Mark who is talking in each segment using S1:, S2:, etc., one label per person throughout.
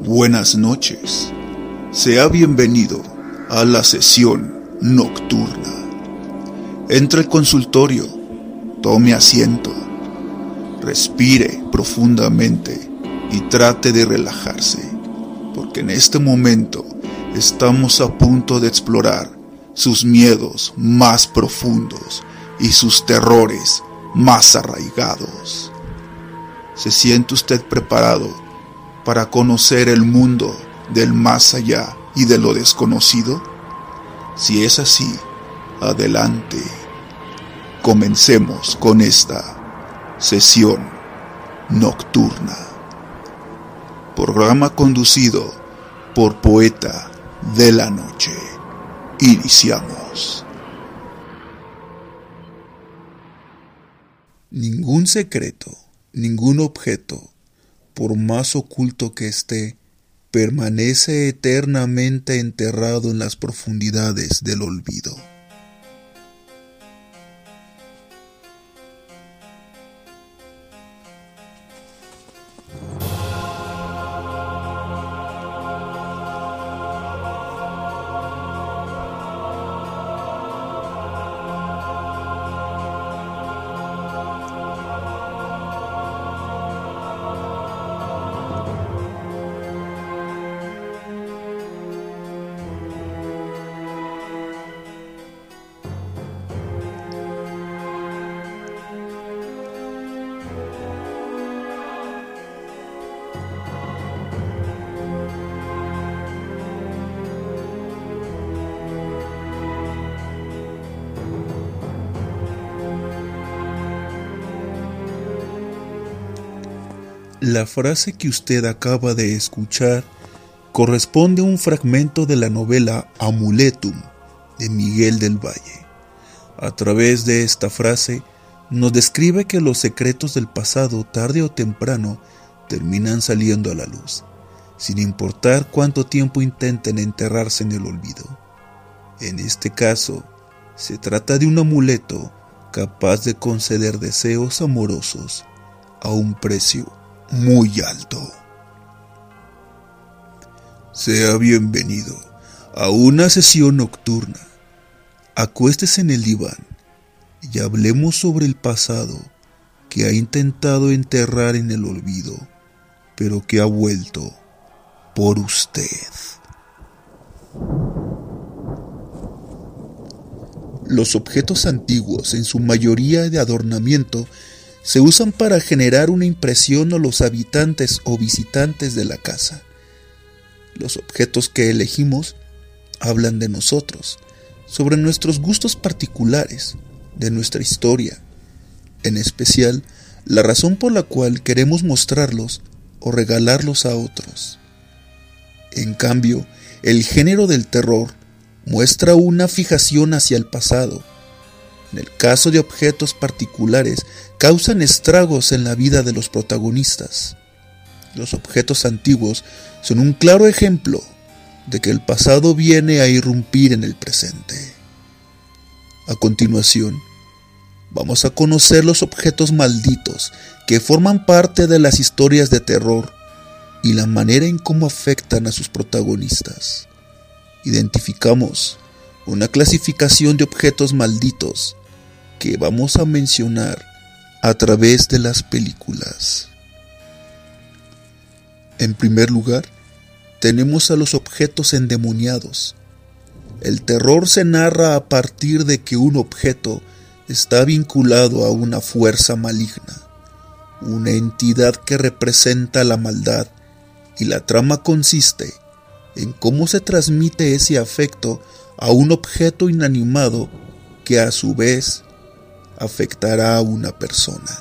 S1: Buenas noches. Sea bienvenido a la sesión nocturna. Entre al consultorio, tome asiento, respire profundamente y trate de relajarse, porque en este momento estamos a punto de explorar sus miedos más profundos y sus terrores más arraigados. ¿Se siente usted preparado para conocer el mundo del más allá y de lo desconocido? Si es así, adelante. Comencemos con esta sesión nocturna. Programa conducido por Poeta de la Noche. Iniciamos. Ningún secreto, ningún objeto, por más oculto que esté, permanece eternamente enterrado en las profundidades del olvido. La frase que usted acaba de escuchar corresponde a un fragmento de la novela Amuletum de Miguel del Valle. A través de esta frase nos describe que los secretos del pasado, tarde o temprano, terminan saliendo a la luz, sin importar cuánto tiempo intenten enterrarse en el olvido. En este caso, se trata de un amuleto capaz de conceder deseos amorosos a un precio muy alto. Sea bienvenido a una sesión nocturna. Acuéstese en el diván y hablemos sobre el pasado que ha intentado enterrar en el olvido, pero que ha vuelto por usted. Los objetos antiguos, en su mayoría de adornamiento, se usan para generar una impresión a los habitantes o visitantes de la casa. Los objetos que elegimos hablan de nosotros, sobre nuestros gustos particulares, de nuestra historia, en especial la razón por la cual queremos mostrarlos o regalarlos a otros. En cambio, el género del terror muestra una fijación hacia el pasado. En el caso de objetos particulares, causan estragos en la vida de los protagonistas. Los objetos antiguos son un claro ejemplo de que el pasado viene a irrumpir en el presente. A continuación, vamos a conocer los objetos malditos que forman parte de las historias de terror y la manera en cómo afectan a sus protagonistas. Identificamos una clasificación de objetos malditos que vamos a mencionar a través de las películas. En primer lugar, tenemos a los objetos endemoniados. El terror se narra a partir de que un objeto está vinculado a una fuerza maligna, una entidad que representa la maldad, y la trama consiste en cómo se transmite ese afecto a un objeto inanimado que a su vez afectará a una persona.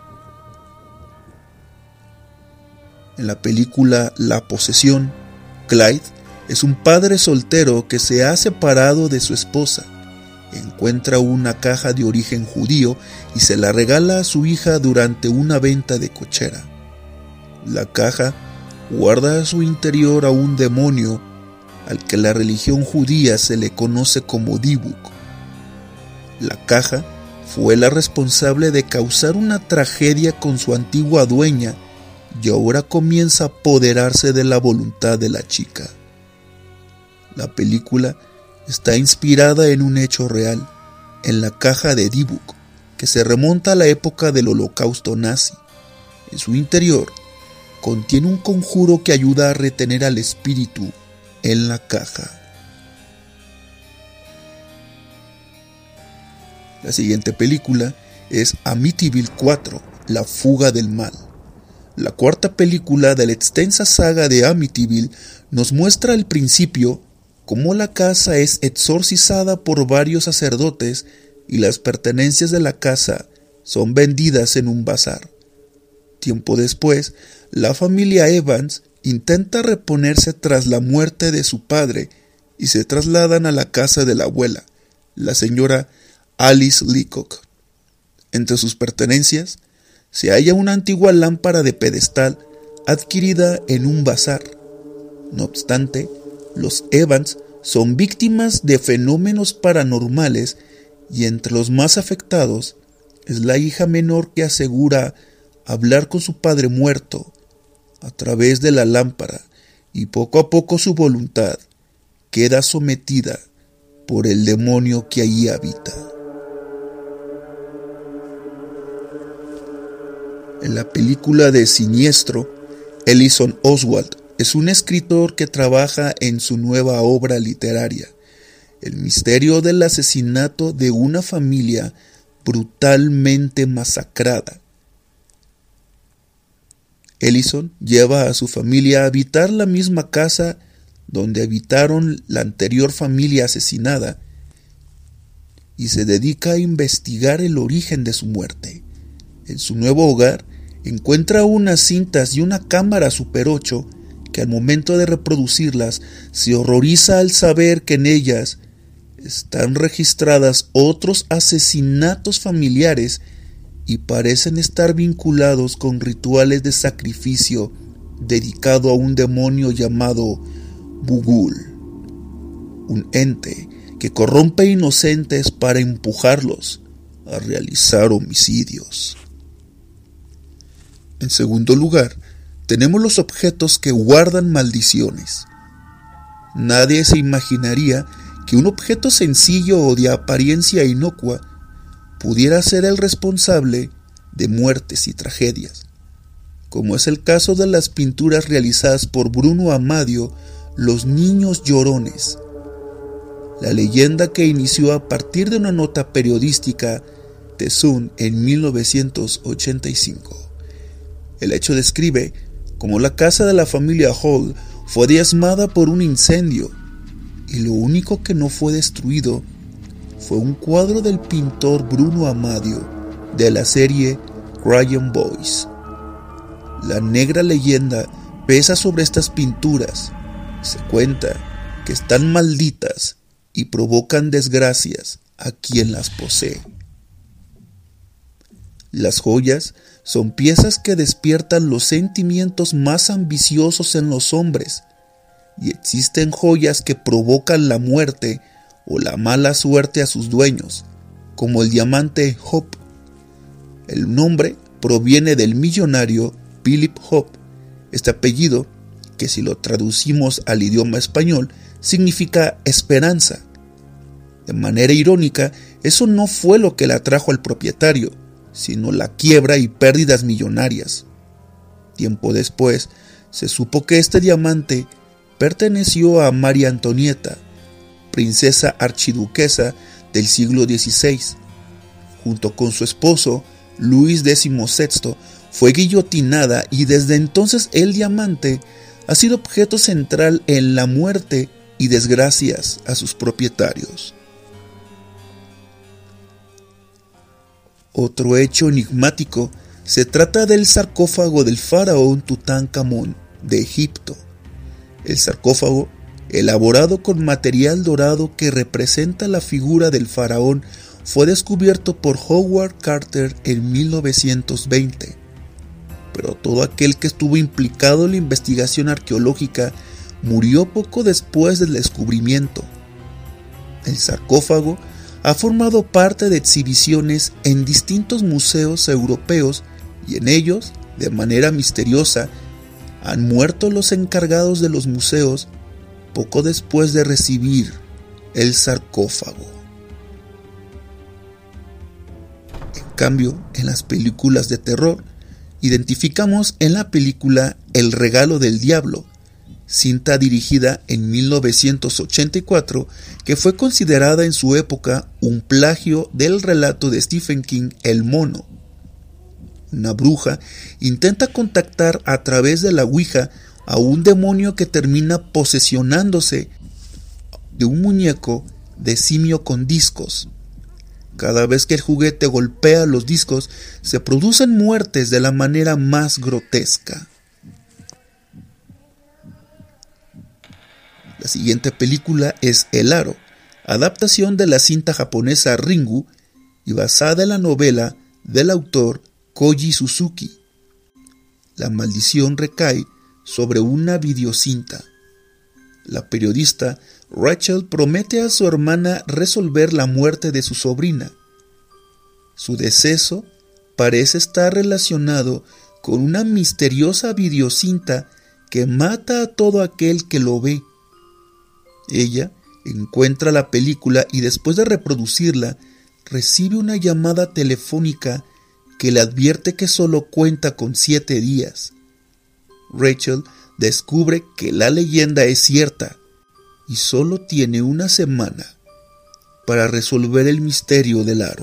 S1: En la película La Posesión, Clyde es un padre soltero que se ha separado de su esposa. Encuentra una caja de origen judío y se la regala a su hija durante una venta de cochera. La caja guarda a su interior a un demonio al que la religión judía se le conoce como Dibuk. La caja fue la responsable de causar una tragedia con su antigua dueña y ahora comienza a apoderarse de la voluntad de la chica. La película está inspirada en un hecho real, en la caja de Dybbuk, que se remonta a la época del Holocausto nazi. En su interior contiene un conjuro que ayuda a retener al espíritu en la caja. La siguiente película es Amityville 4, La fuga del mal. La cuarta película de la extensa saga de Amityville nos muestra al principio cómo la casa es exorcizada por varios sacerdotes y las pertenencias de la casa son vendidas en un bazar. Tiempo después, la familia Evans intenta reponerse tras la muerte de su padre y se trasladan a la casa de la abuela, la señora Alice Leacock. Entre sus pertenencias se halla una antigua lámpara de pedestal adquirida en un bazar. No obstante, los Evans son víctimas de fenómenos paranormales y entre los más afectados es la hija menor que asegura hablar con su padre muerto a través de la lámpara y poco a poco su voluntad queda sometida por el demonio que allí habita. En la película de Siniestro, Ellison Oswald es un escritor que trabaja en su nueva obra literaria, el misterio del asesinato de una familia brutalmente masacrada. Ellison lleva a su familia a habitar la misma casa donde habitaron la anterior familia asesinada y se dedica a investigar el origen de su muerte. En su nuevo hogar encuentra unas cintas y una cámara Super 8 que al momento de reproducirlas se horroriza al saber que en ellas están registradas otros asesinatos familiares y parecen estar vinculados con rituales de sacrificio dedicado a un demonio llamado Bughuul, un ente que corrompe inocentes para empujarlos a realizar homicidios. En segundo lugar, tenemos los objetos que guardan maldiciones. Nadie se imaginaría que un objeto sencillo o de apariencia inocua pudiera ser el responsable de muertes y tragedias, como es el caso de las pinturas realizadas por Bruno Amadio, Los Niños Llorones. La leyenda que inició a partir de una nota periodística de Sun en 1985. El hecho describe cómo la casa de la familia Hall fue diezmada por un incendio y lo único que no fue destruido fue un cuadro del pintor Bruno Amadio de la serie Crying Boys. La negra leyenda pesa sobre estas pinturas. Se cuenta que están malditas y provocan desgracias a quien las posee. Las joyas son piezas que despiertan los sentimientos más ambiciosos en los hombres, y existen joyas que provocan la muerte o la mala suerte a sus dueños, como el diamante Hope. El nombre proviene del millonario Philip Hope. Este apellido, que si lo traducimos al idioma español, significa esperanza. De manera irónica, eso no fue lo que le atrajo al propietario, sino la quiebra y pérdidas millonarias. Tiempo después, se supo que este diamante perteneció a María Antonieta, princesa archiduquesa del siglo XVI. Junto con su esposo, Luis XVI, fue guillotinada y desde entonces el diamante ha sido objeto central en la muerte y desgracias a sus propietarios. Otro hecho enigmático se trata del sarcófago del faraón Tutankamón de Egipto. El sarcófago, elaborado con material dorado que representa la figura del faraón, fue descubierto por Howard Carter en 1920. Pero todo aquel que estuvo implicado en la investigación arqueológica murió poco después del descubrimiento. El sarcófago ha formado parte de exhibiciones en distintos museos europeos y en ellos De manera misteriosa, han muerto los encargados de los museos poco después de recibir el sarcófago. En cambio, en las películas de terror, identificamos en la película El regalo del diablo, cinta dirigida en 1984, que fue considerada en su época un plagio del relato de Stephen King, El mono. Una bruja intenta contactar a través de la ouija a un demonio que termina posesionándose de un muñeco de simio con discos. Cada vez que el juguete golpea los discos, se producen muertes de la manera más grotesca. La siguiente película es El aro, adaptación de la cinta japonesa Ringu y basada en la novela del autor Koji Suzuki. La maldición recae sobre una videocinta. La periodista Rachel promete a su hermana resolver la muerte de su sobrina. Su deceso parece estar relacionado con una misteriosa videocinta que mata a todo aquel que lo ve. Ella encuentra la película y después de reproducirla, recibe una llamada telefónica que le advierte que solo cuenta con 7 días. Rachel descubre que la leyenda es cierta y solo tiene una semana para resolver el misterio del aro.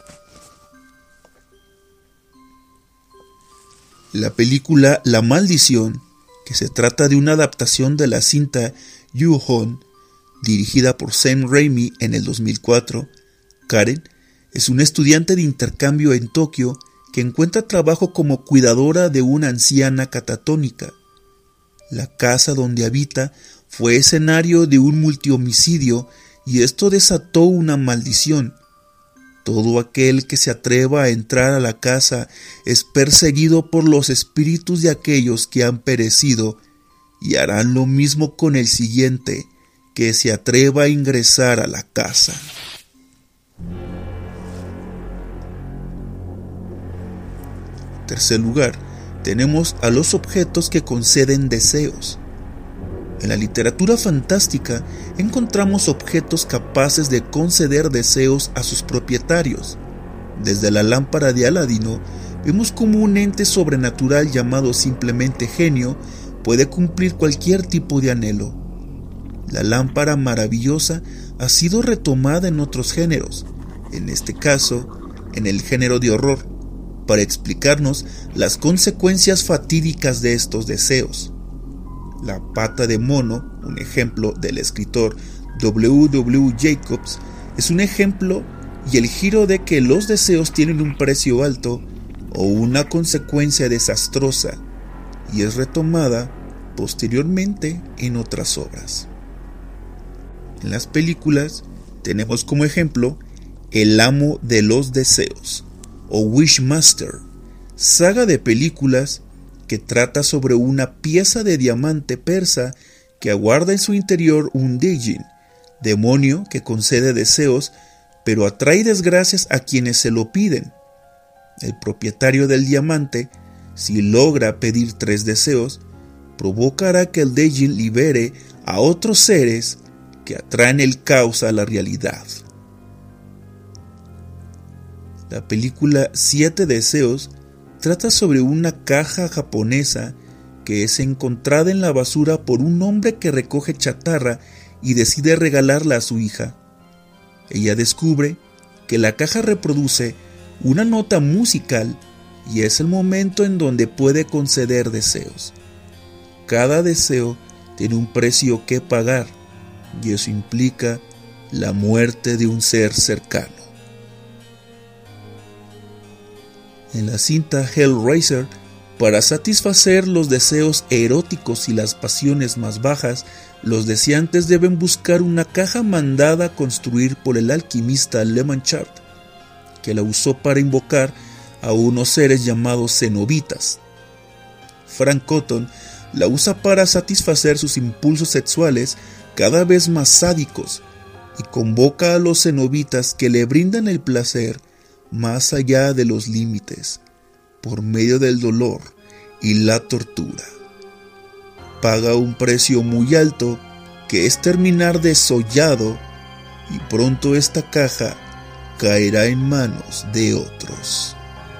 S1: La película La maldición, que se trata de una adaptación de la cinta Ju-On, dirigida por Sam Raimi en el 2004, Karen es una estudiante de intercambio en Tokio que encuentra trabajo como cuidadora de una anciana catatónica. La casa donde habita fue escenario de un multihomicidio y esto desató una maldición. Todo aquel que se atreva a entrar a la casa es perseguido por los espíritus de aquellos que han perecido y harán lo mismo con el siguiente que se atreva a ingresar a la casa. En tercer lugar, tenemos a los objetos que conceden deseos. En la literatura fantástica encontramos objetos capaces de conceder deseos a sus propietarios. Desde la lámpara de Aladino, vemos como un ente sobrenatural llamado simplemente genio puede cumplir cualquier tipo de anhelo. La lámpara maravillosa ha sido retomada en otros géneros, en este caso, en el género de horror, para explicarnos las consecuencias fatídicas de estos deseos. La pata de mono, un ejemplo del escritor W. Jacobs, es un ejemplo y el giro de que los deseos tienen un precio alto o una consecuencia desastrosa, y es retomada posteriormente en otras obras. En las películas tenemos como ejemplo El amo de los deseos o Wishmaster, saga de películas que trata sobre una pieza de diamante persa que aguarda en su interior un Djinn, demonio que concede deseos pero atrae desgracias a quienes se lo piden. El propietario del diamante, si logra pedir 3 deseos, provocará que el Djinn libere a otros seres que atraen el caos a la realidad. La película 7 deseos trata sobre una caja japonesa que es encontrada en la basura por un hombre que recoge chatarra y decide regalarla a su hija. Ella descubre que la caja reproduce una nota musical y es el momento en donde puede conceder deseos. Cada deseo tiene un precio que pagar y eso implica la muerte de un ser cercano. En la cinta Hellraiser, para satisfacer los deseos eróticos y las pasiones más bajas, los deseantes deben buscar una caja mandada a construir por el alquimista Le Manchard, que la usó para invocar a unos seres llamados cenobitas. Frank Cotton la usa para satisfacer sus impulsos sexuales cada vez más sádicos y convoca a los cenobitas que le brindan el placer más allá de los límites, por medio del dolor y la tortura. Paga un precio muy alto, que es terminar desollado, y pronto esta caja caerá en manos de otros.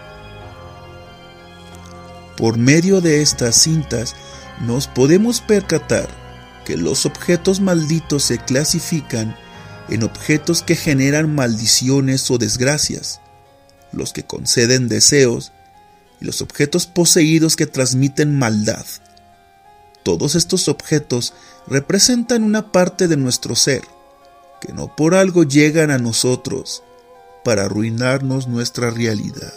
S1: Por medio de estas cintas nos podemos percatar que los objetos malditos se clasifican en objetos que generan maldiciones o desgracias, los que conceden deseos y los objetos poseídos que transmiten maldad. Todos estos objetos representan una parte de nuestro ser, que no por algo llegan a nosotros para arruinarnos nuestra realidad.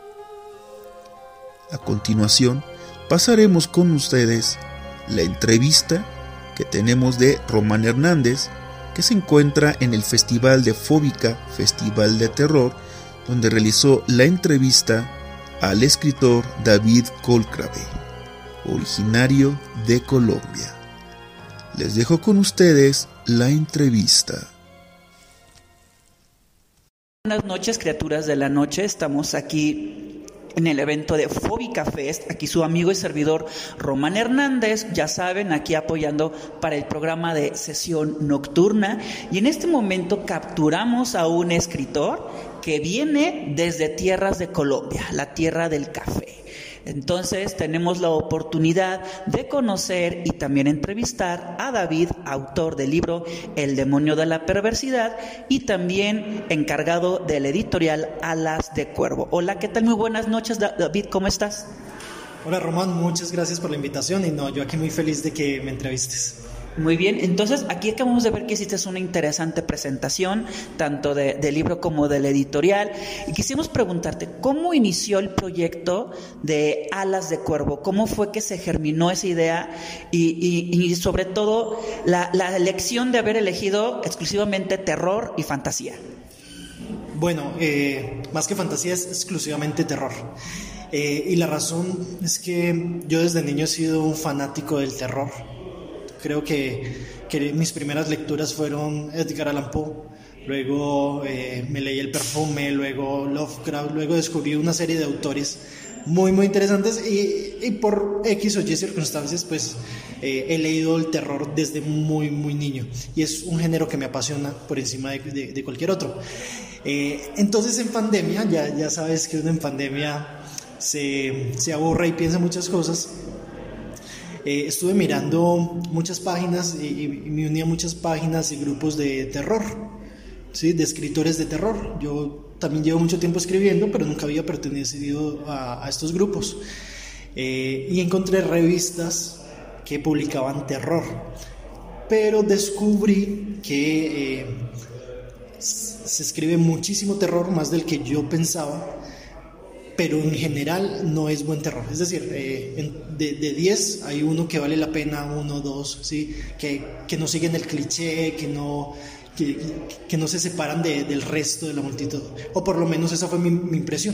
S1: A continuación, pasaremos con ustedes la entrevista que tenemos de Román Hernández, que se encuentra en el Festival de Fóbica, Festival de Terror, donde realizó la entrevista al escritor David Colcrave, originario de Colombia. Les dejo con ustedes la entrevista.
S2: Buenas noches, criaturas de la noche. Estamos aquí en el evento de Fóbica Fest. Aquí su amigo y servidor Román Hernández, ya saben, aquí apoyando para el programa de Sesión Nocturna. Y en este momento capturamos a un escritor que viene desde tierras de Colombia, la tierra del café. Entonces tenemos la oportunidad de conocer y también entrevistar a David, autor del libro El demonio de la perversidad y también encargado del editorial Alas de Cuervo. Hola, ¿qué tal? Muy buenas noches, David, ¿cómo estás?
S3: Hola, Román, muchas gracias por la invitación y yo aquí muy feliz de que me entrevistes.
S2: Muy bien, entonces aquí acabamos de ver que hiciste una interesante presentación, tanto del libro como del editorial, y quisimos preguntarte, ¿cómo inició el proyecto de Alas de Cuervo? ¿Cómo fue que se germinó esa idea? Y sobre todo, la elección de haber elegido exclusivamente terror y fantasía.
S3: Bueno, más que fantasía es exclusivamente terror. Y la razón es que yo desde niño he sido un fanático del terror. Creo que mis primeras lecturas fueron Edgar Allan Poe, luego me leí El perfume, luego Lovecraft, luego descubrí una serie de autores muy muy interesantes y por X o Y circunstancias pues he leído el terror desde muy muy niño y es un género que me apasiona por encima de cualquier otro. Entonces en pandemia, ya sabes que uno en pandemia se aburre y piensa muchas cosas. Estuve mirando muchas páginas y me uní a muchas páginas y grupos de terror, ¿sí? De escritores de terror. Yo también llevo mucho tiempo escribiendo, pero nunca había pertenecido a estos grupos. Y encontré revistas que publicaban terror, pero descubrí que se escribe muchísimo terror, más del que yo pensaba, pero en general no es buen terror. Es decir, de 10 hay uno que vale la pena, 1, 2, ¿sí? que no siguen el cliché, que no se separan del resto de la multitud, o por lo menos esa fue mi impresión.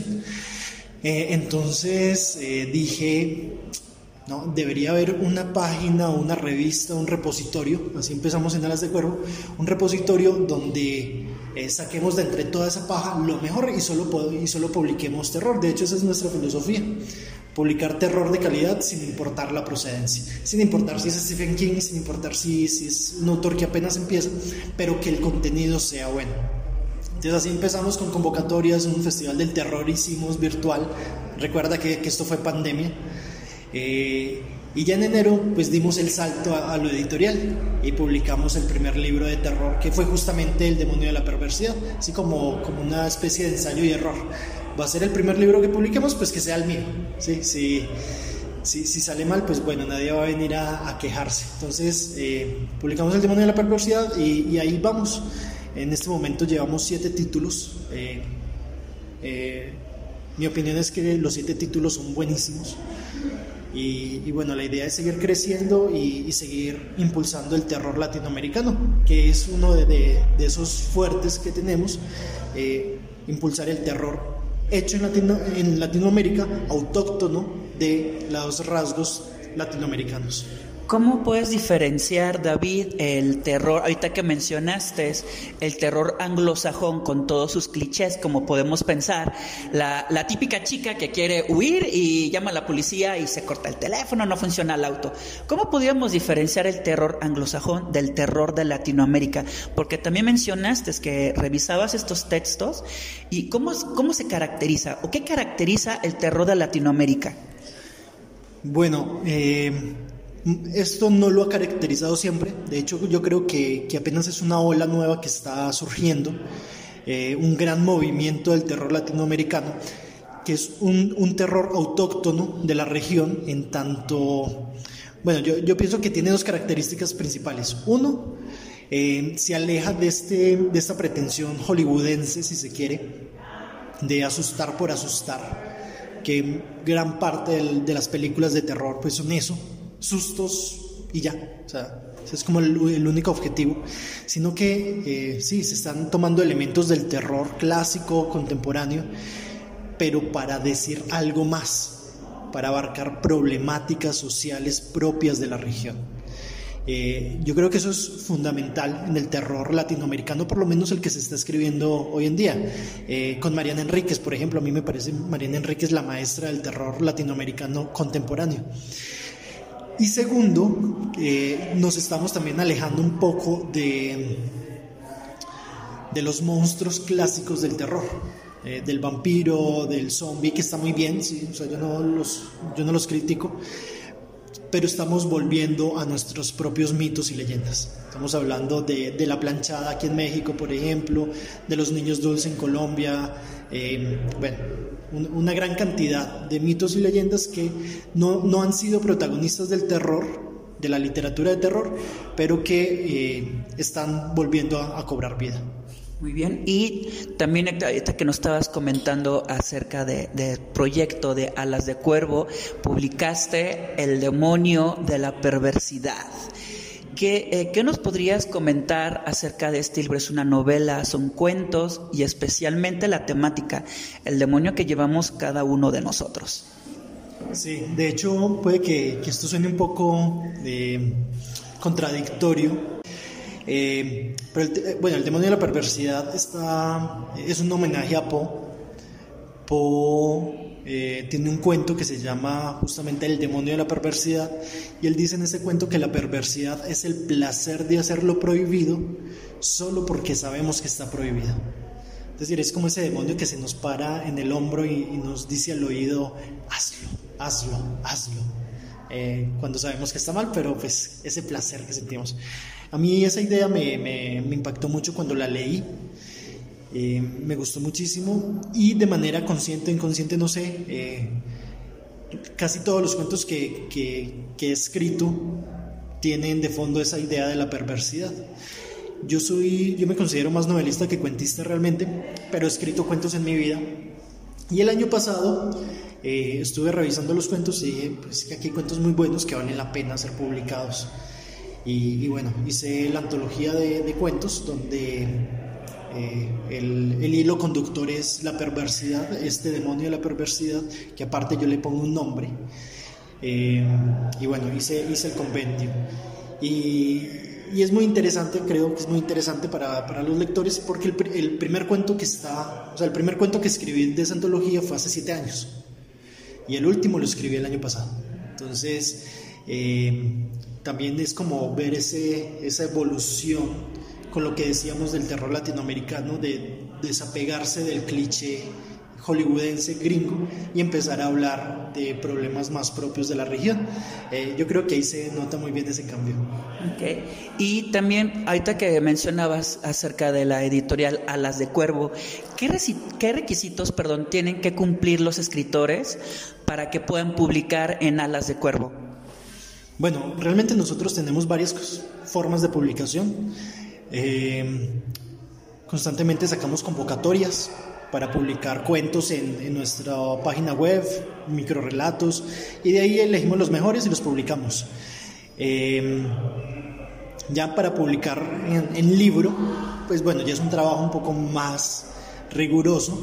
S3: Entonces dije, no, debería haber una página, una revista, un repositorio, así empezamos en Alas de Cuervo, un repositorio donde saquemos de entre toda esa paja lo mejor y solo publiquemos terror. De hecho, esa es nuestra filosofía: publicar terror de calidad sin importar la procedencia, sin importar si es Stephen King, sin importar si es un autor que apenas empieza, pero que el contenido sea bueno. Entonces así empezamos con convocatorias, un festival del terror hicimos virtual. Recuerda que esto fue pandemia. Y ya en enero pues dimos el salto a lo editorial y publicamos el primer libro de terror, que fue justamente El demonio de la perversidad, así como una especie de ensayo y error. Va a ser el primer libro que publiquemos, pues que sea el mío, ¿sí? Si sale mal, pues bueno, nadie va a venir a quejarse. Entonces publicamos El demonio de la perversidad y ahí vamos. En este momento llevamos 7 títulos. Mi opinión es que los 7 títulos son buenísimos. Y bueno, la idea es seguir creciendo y seguir impulsando el terror latinoamericano, que es uno de esos fuertes que tenemos, impulsar el terror hecho en Latinoamérica, autóctono de los rasgos latinoamericanos.
S2: ¿Cómo puedes diferenciar, David, el terror, ahorita que mencionaste, el terror anglosajón con todos sus clichés, como podemos pensar, la típica chica que quiere huir y llama a la policía y se corta el teléfono, no funciona el auto? ¿Cómo podríamos diferenciar el terror anglosajón del terror de Latinoamérica? Porque también mencionaste que revisabas estos textos y ¿cómo se caracteriza o qué caracteriza el terror de Latinoamérica?
S3: Bueno, esto no lo ha caracterizado siempre. De hecho, yo creo que apenas es una ola nueva que está surgiendo, un gran movimiento del terror latinoamericano, que es un terror autóctono de la región, en tanto, bueno, yo pienso que tiene dos características principales. Uno, se aleja de esta pretensión hollywoodense, si se quiere, de asustar por asustar, que gran parte de las películas de terror pues son eso, sustos y ya, o sea, ese es como el único objetivo, sino que sí, se están tomando elementos del terror clásico, contemporáneo, pero para decir algo más, para abarcar problemáticas sociales propias de la región. Yo creo que eso es fundamental en el terror latinoamericano, por lo menos el que se está escribiendo hoy en día. Con Mariana Enríquez, por ejemplo, a mí me parece Mariana Enríquez la maestra del terror latinoamericano contemporáneo. Y segundo, nos estamos también alejando un poco de los monstruos clásicos del terror, del vampiro, del zombie, que está muy bien, sí, o sea, yo no los critico, pero estamos volviendo a nuestros propios mitos y leyendas. Estamos hablando de la planchada aquí en México, por ejemplo, de los niños dulce en Colombia, bueno, una gran cantidad de mitos y leyendas que no han sido protagonistas del terror, de la literatura de terror, pero que están volviendo a cobrar vida.
S2: Muy bien, y también ahorita que nos estabas comentando acerca del proyecto de Alas de Cuervo, publicaste El demonio de la perversidad. ¿Qué nos podrías comentar acerca de este libro? Es una novela, son cuentos y especialmente la temática, el demonio que llevamos cada uno de nosotros.
S3: Sí, de hecho puede que esto suene un poco contradictorio. Pero el demonio de la perversidad es un homenaje a Poe. Poe tiene un cuento que se llama justamente El demonio de la perversidad, y él dice en ese cuento que la perversidad es el placer de hacer lo prohibido solo porque sabemos que está prohibido. Es decir, es como ese demonio que se nos para en el hombro y nos dice al oído: hazlo, cuando sabemos que está mal, pero pues ese placer que sentimos. A mí esa idea me impactó mucho cuando la leí, me gustó muchísimo, y de manera consciente o inconsciente, no sé, casi todos los cuentos que he escrito tienen de fondo esa idea de la perversidad. Yo me considero más novelista que cuentista realmente, pero he escrito cuentos en mi vida, y el año pasado estuve revisando los cuentos y dije, pues que aquí hay cuentos muy buenos que valen la pena ser publicados. Y bueno, hice la antología de cuentos donde el hilo conductor es la perversidad, este demonio de la perversidad, que aparte yo le pongo un nombre. Y bueno, hice el compendio. Y es muy interesante, creo que es muy interesante para los lectores, porque el primer cuento el primer cuento que escribí de esa antología fue hace 7 años. Y el último lo escribí el año pasado. Entonces, también es como ver esa evolución con lo que decíamos del terror latinoamericano, de desapegarse del cliché hollywoodense gringo y empezar a hablar de problemas más propios de la región. Yo creo que ahí se nota muy bien ese cambio.
S2: Okay. Y también, ahorita que mencionabas acerca de la editorial Alas de Cuervo, ¿qué requisitos, tienen que cumplir los escritores para que puedan publicar en Alas de Cuervo?
S3: Bueno, realmente nosotros tenemos varias formas de publicación. Constantemente sacamos convocatorias para publicar cuentos en nuestra página web, microrelatos, y de ahí elegimos los mejores y los publicamos. Ya para publicar en libro, pues bueno, ya es un trabajo un poco más riguroso.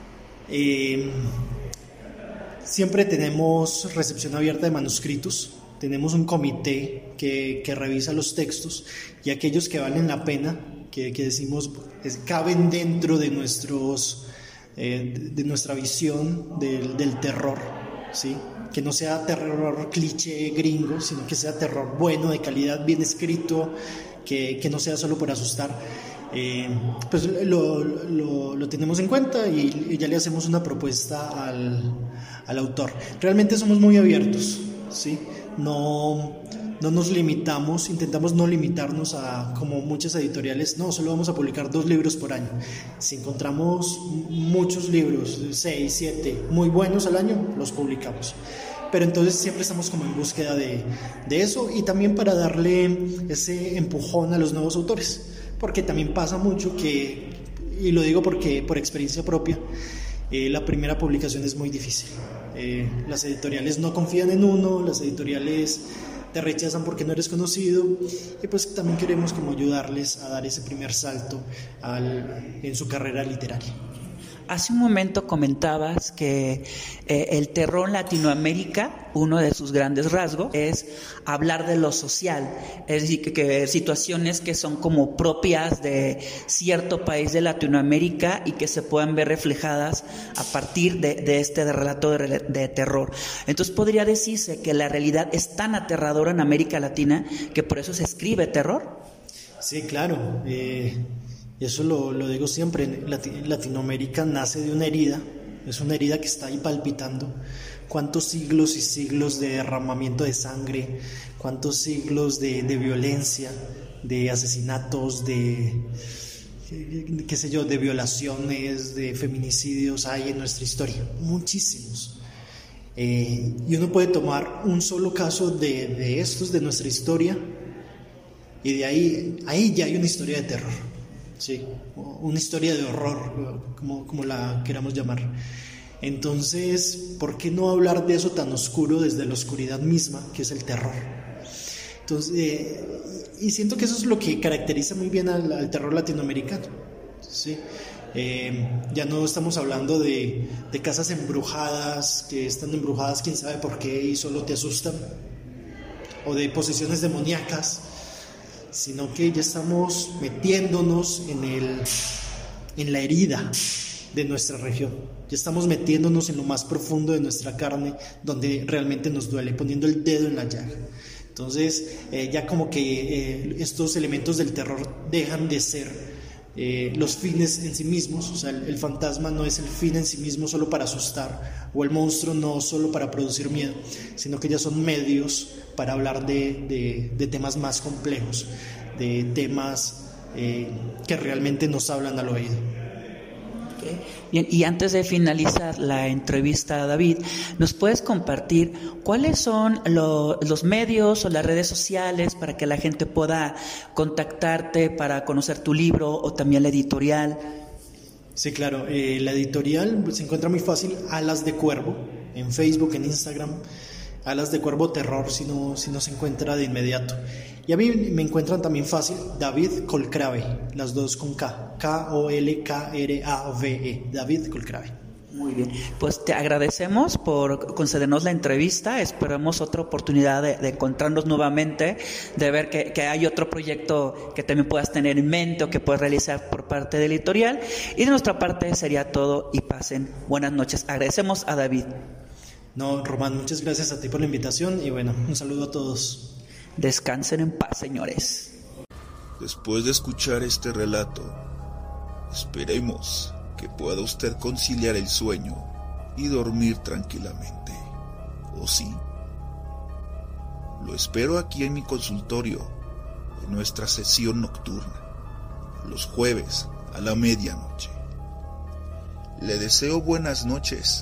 S3: Siempre tenemos recepción abierta de manuscritos. tenemos un comité que revisa los textos, y aquellos que valen la pena, que decimos caben dentro de de nuestra visión del terror, ¿sí? Que no sea terror cliché gringo, sino que sea terror bueno, de calidad, bien escrito, que no sea solo por asustar. Pues lo tenemos en cuenta y ya le hacemos una propuesta al autor. Realmente somos muy abiertos, ¿sí? No nos limitamos, intentamos no limitarnos a como muchas editoriales, no, solo vamos a publicar 2 libros por año. Si encontramos muchos libros, 6, 7, muy buenos al año, los publicamos. Pero entonces siempre estamos como en búsqueda de eso, y también para darle ese empujón a los nuevos autores, porque también pasa mucho que, y lo digo porque por experiencia propia, la primera publicación es muy difícil. Las editoriales no confían en uno, las editoriales te rechazan porque no eres conocido, y pues también queremos como ayudarles a dar ese primer salto en su carrera literaria.
S2: Hace un momento comentabas que el terror en Latinoamérica, uno de sus grandes rasgos es hablar de lo social, es decir, que situaciones que son como propias de cierto país de Latinoamérica y que se puedan ver reflejadas a partir de este relato de terror. Entonces podría decirse que la realidad es tan aterradora en América Latina que por eso se escribe terror.
S3: Sí, claro. Eso lo digo siempre, Latinoamérica nace de una herida, es una herida que está ahí palpitando. Cuántos siglos y siglos de derramamiento de sangre, cuántos siglos de violencia, de asesinatos, de violaciones, de feminicidios hay en nuestra historia, muchísimos. Y uno puede tomar un solo caso de estos de nuestra historia, y de ahí ya hay una historia de terror. Sí, una historia de horror, como la queramos llamar. Entonces, ¿por qué no hablar de eso tan oscuro desde la oscuridad misma, que es el terror? Entonces, y siento que eso es lo que caracteriza muy bien al terror latinoamericano, ¿sí? Ya no estamos hablando de casas embrujadas, que están embrujadas quién sabe por qué y solo te asustan, o de posesiones demoníacas, sino que ya estamos metiéndonos en la herida de nuestra región. Ya estamos metiéndonos en lo más profundo de nuestra carne, donde realmente nos duele, poniendo el dedo en la llaga. Entonces, ya como que estos elementos del terror dejan de ser los fines en sí mismos. O sea, el fantasma no es el fin en sí mismo solo para asustar, o el monstruo no solo para producir miedo, sino que ya son medios para hablar de temas más complejos, de temas que realmente nos hablan al oído.
S2: Okay. Bien, y antes de finalizar la entrevista, David, ¿nos puedes compartir cuáles son los medios o las redes sociales para que la gente pueda contactarte para conocer tu libro, o también la editorial?
S3: Sí, claro, la editorial se encuentra muy fácil, Alas de Cuervo, en Facebook, en Instagram, Alas de Cuervo Terror, si no se encuentra de inmediato. Y a mí me encuentran también fácil, David Colcrave, las dos con K, Kolkrave, David Colcrave.
S2: Muy bien, pues te agradecemos por concedernos la entrevista. Esperamos otra oportunidad de encontrarnos nuevamente, de ver que hay otro proyecto que también puedas tener en mente o que puedas realizar por parte del editorial. Y de nuestra parte sería todo, y pasen buenas noches. Agradecemos a David.
S3: No, Román, muchas gracias a ti por la invitación, y bueno, un saludo a todos.
S2: Descansen en paz, señores.
S1: Después de escuchar este relato, esperemos que pueda usted conciliar el sueño y dormir tranquilamente. ¿O sí? Lo espero aquí en mi consultorio, en nuestra sesión nocturna, los jueves a la medianoche. Le deseo buenas noches.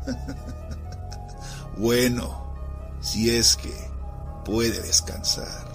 S1: Bueno, si es que puede descansar.